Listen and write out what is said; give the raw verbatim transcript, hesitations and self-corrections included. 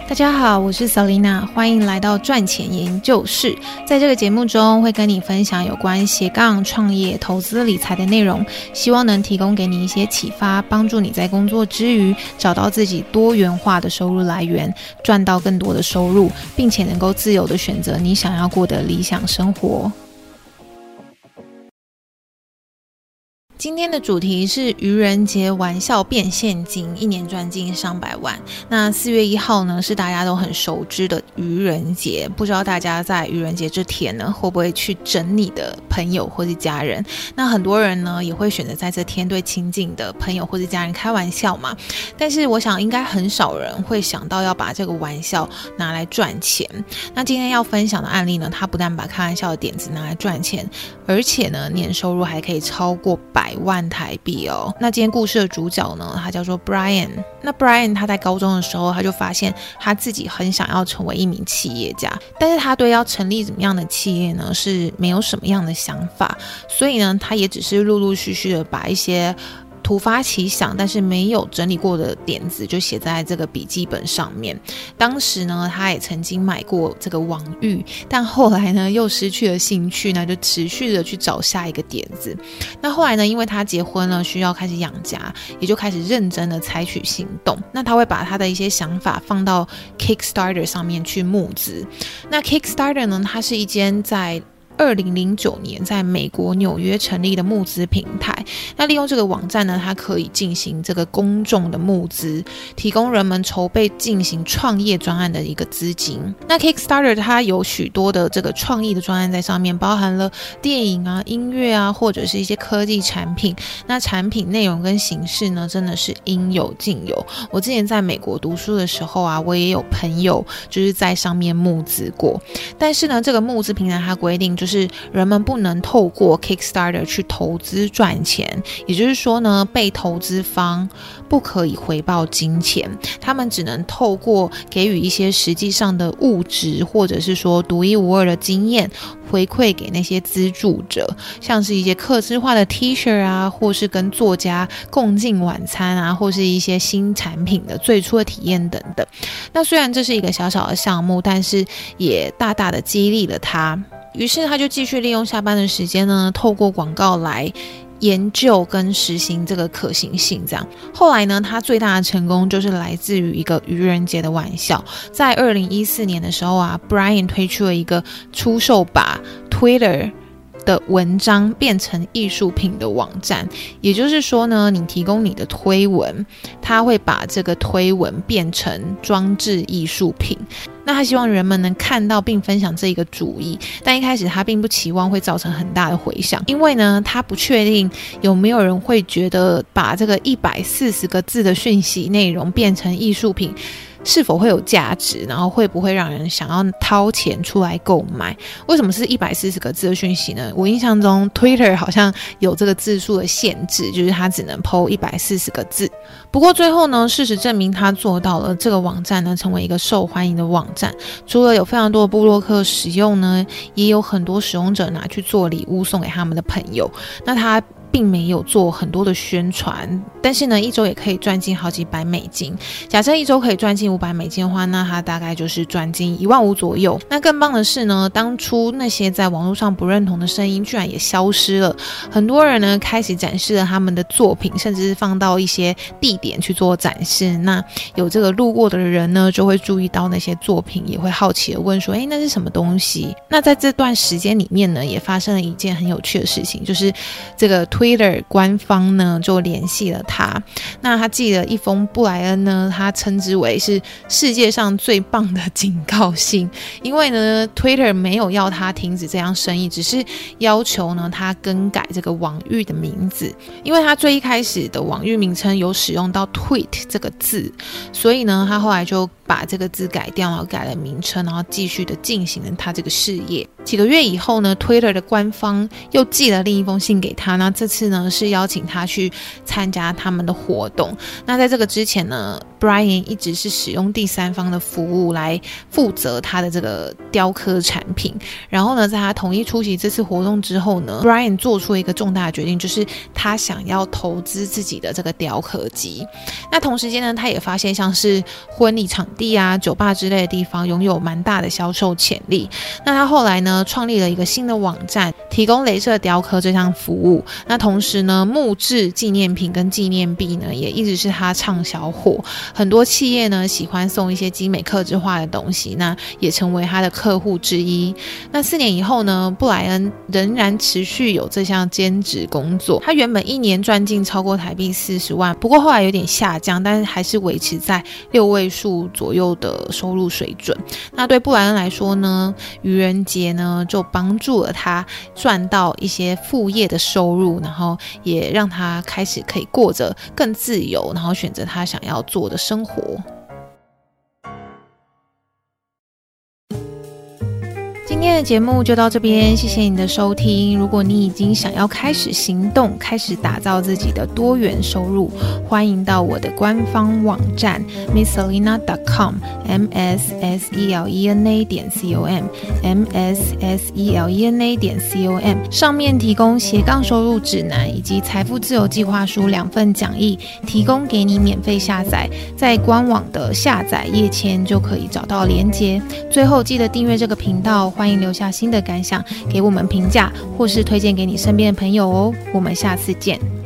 大家好，我是 Selina， 欢迎来到赚钱研究室。在这个节目中会跟你分享有关斜杠创业、投资理财的内容，希望能提供给你一些启发，帮助你在工作之余找到自己多元化的收入来源，赚到更多的收入，并且能够自由的选择你想要过的理想生活。今天的主题是愚人节玩笑变现金，一年赚进上百万。那四月一号呢，是大家都很熟知的愚人节。不知道大家在愚人节这天呢，会不会去整你的朋友或是家人？那很多人呢，也会选择在这天对亲近的朋友或是家人开玩笑嘛。但是我想，应该很少人会想到要把这个玩笑拿来赚钱。那今天要分享的案例呢，他不但把开玩笑的点子拿来赚钱，而且呢，年收入还可以超过百万台币哦。那今天故事的主角呢，他叫做 Brian。 那 Brian 他在高中的时候，他就发现他自己很想要成为一名企业家，但是他对要成立怎么样的企业呢，是没有什么样的想法，所以呢，他也只是陆陆续续的把一些突发奇想但是没有整理过的点子就写在这个笔记本上面。当时呢，他也曾经买过这个网域，但后来呢又失去了兴趣呢，就持续的去找下一个点子。那后来呢，因为他结婚了，需要开始养家，也就开始认真的采取行动。那他会把他的一些想法放到 Kickstarter 上面去募资。那 Kickstarter 呢，它是一间在二零零九年在美国纽约成立的募资平台。那利用这个网站呢，它可以进行这个公众的募资，提供人们筹备进行创业专案的一个资金。那 Kickstarter 它有许多的这个创意的专案在上面，包含了电影啊、音乐啊，或者是一些科技产品。那产品内容跟形式呢，真的是应有尽有。我之前在美国读书的时候啊，我也有朋友就是在上面募资过。但是呢，这个募资平台它规定就是是人们不能透过 Kickstarter 去投资赚钱，也就是说呢，被投资方不可以回报金钱，他们只能透过给予一些实际上的物质，或者是说独一无二的经验回馈给那些资助者，像是一些客制化的 T 恤啊，或是跟作家共进晚餐啊，或是一些新产品的最初的体验等等。那虽然这是一个小小的项目，但是也大大的激励了他。于是他就继续利用下班的时间呢，透过广告来研究跟实行这个可行性。这样后来呢，他最大的成功就是来自于一个愚人节的玩笑。在二零一四年的时候啊 Brian 推出了一个出售把 Twitter的文章变成艺术品的网站。也就是说呢，你提供你的推文，他会把这个推文变成装置艺术品。那他希望人们能看到并分享这一个主意，但一开始他并不期望会造成很大的回响，因为呢，他不确定有没有人会觉得把这个一百四十个字的讯息内容变成艺术品是否会有价值，然后会不会让人想要掏钱出来购买。为什么是一百四十个字的讯息呢？我印象中 Twitter 好像有这个字数的限制，就是它只能 po 一百四十个字。不过最后呢，事实证明他做到了，这个网站呢成为一个受欢迎的网站。除了有非常多的部落客使用呢，也有很多使用者拿去做礼物送给他们的朋友。那他并没有做很多的宣传，但是呢，一周也可以赚进好几百美金。假设一周可以赚进五百美金的话，那他大概就是赚进一万五左右。那更棒的是呢，当初那些在网络上不认同的声音居然也消失了，很多人呢开始展示了他们的作品，甚至是放到一些地点去做展示。那有这个路过的人呢，就会注意到那些作品，也会好奇的问说，诶，那是什么东西？那在这段时间里面呢，也发生了一件很有趣的事情，就是这个Twitter 官方呢就联系了他，那他寄了一封布莱恩呢，他称之为是世界上最棒的警告信。因为呢 Twitter 没有要他停止这样生意，只是要求呢他更改这个网域的名字。因为他最一开始的网域名称有使用到 tweet 这个字，所以呢他后来就把这个字改掉，然后改了名称，然后继续的进行了他这个事业。几个月以后呢 Twitter 的官方又寄了另一封信给他，那这次呢是邀请他去参加他们的活动。那在这个之前呢 Brian 一直是使用第三方的服务来负责他的这个雕刻产品。然后呢，在他同意出席这次活动之后呢 Brian 做出一个重大的决定，就是他想要投资自己的这个雕刻机。那同时间呢，他也发现像是婚礼场地啊、酒吧之类的地方拥有蛮大的销售潜力。那他后来呢，创立了一个新的网站，提供雷射雕刻这项服务。那同时呢，木质纪念品跟纪念币呢，也一直是他畅销货。很多企业呢喜欢送一些精美客制化的东西，那也成为他的客户之一。那四年以后呢，布莱恩仍然持续有这项兼职工作。他原本一年赚进超过台币四十万，不过后来有点下降，但是还是维持在六位数左右的收入水准。那对布莱恩来说呢，愚人节呢就帮助了他赚到一些副业的收入，然后也让他开始可以过着更自由，然后选择他想要做的生活。今天的节目就到这边，谢谢你的收听。如果你已经想要开始行动，开始打造自己的多元收入，欢迎到我的官方网站 miss selena dot com m s s e l e n a 点 com m s s e l e n a 点 com 上面提供斜杠收入指南以及财富自由计划书两份讲义，提供给你免费下载，在官网的下载页签就可以找到连结。最后记得订阅这个频道，欢迎留下新的感想，给我们评价，或是推荐给你身边的朋友哦。我们下次见。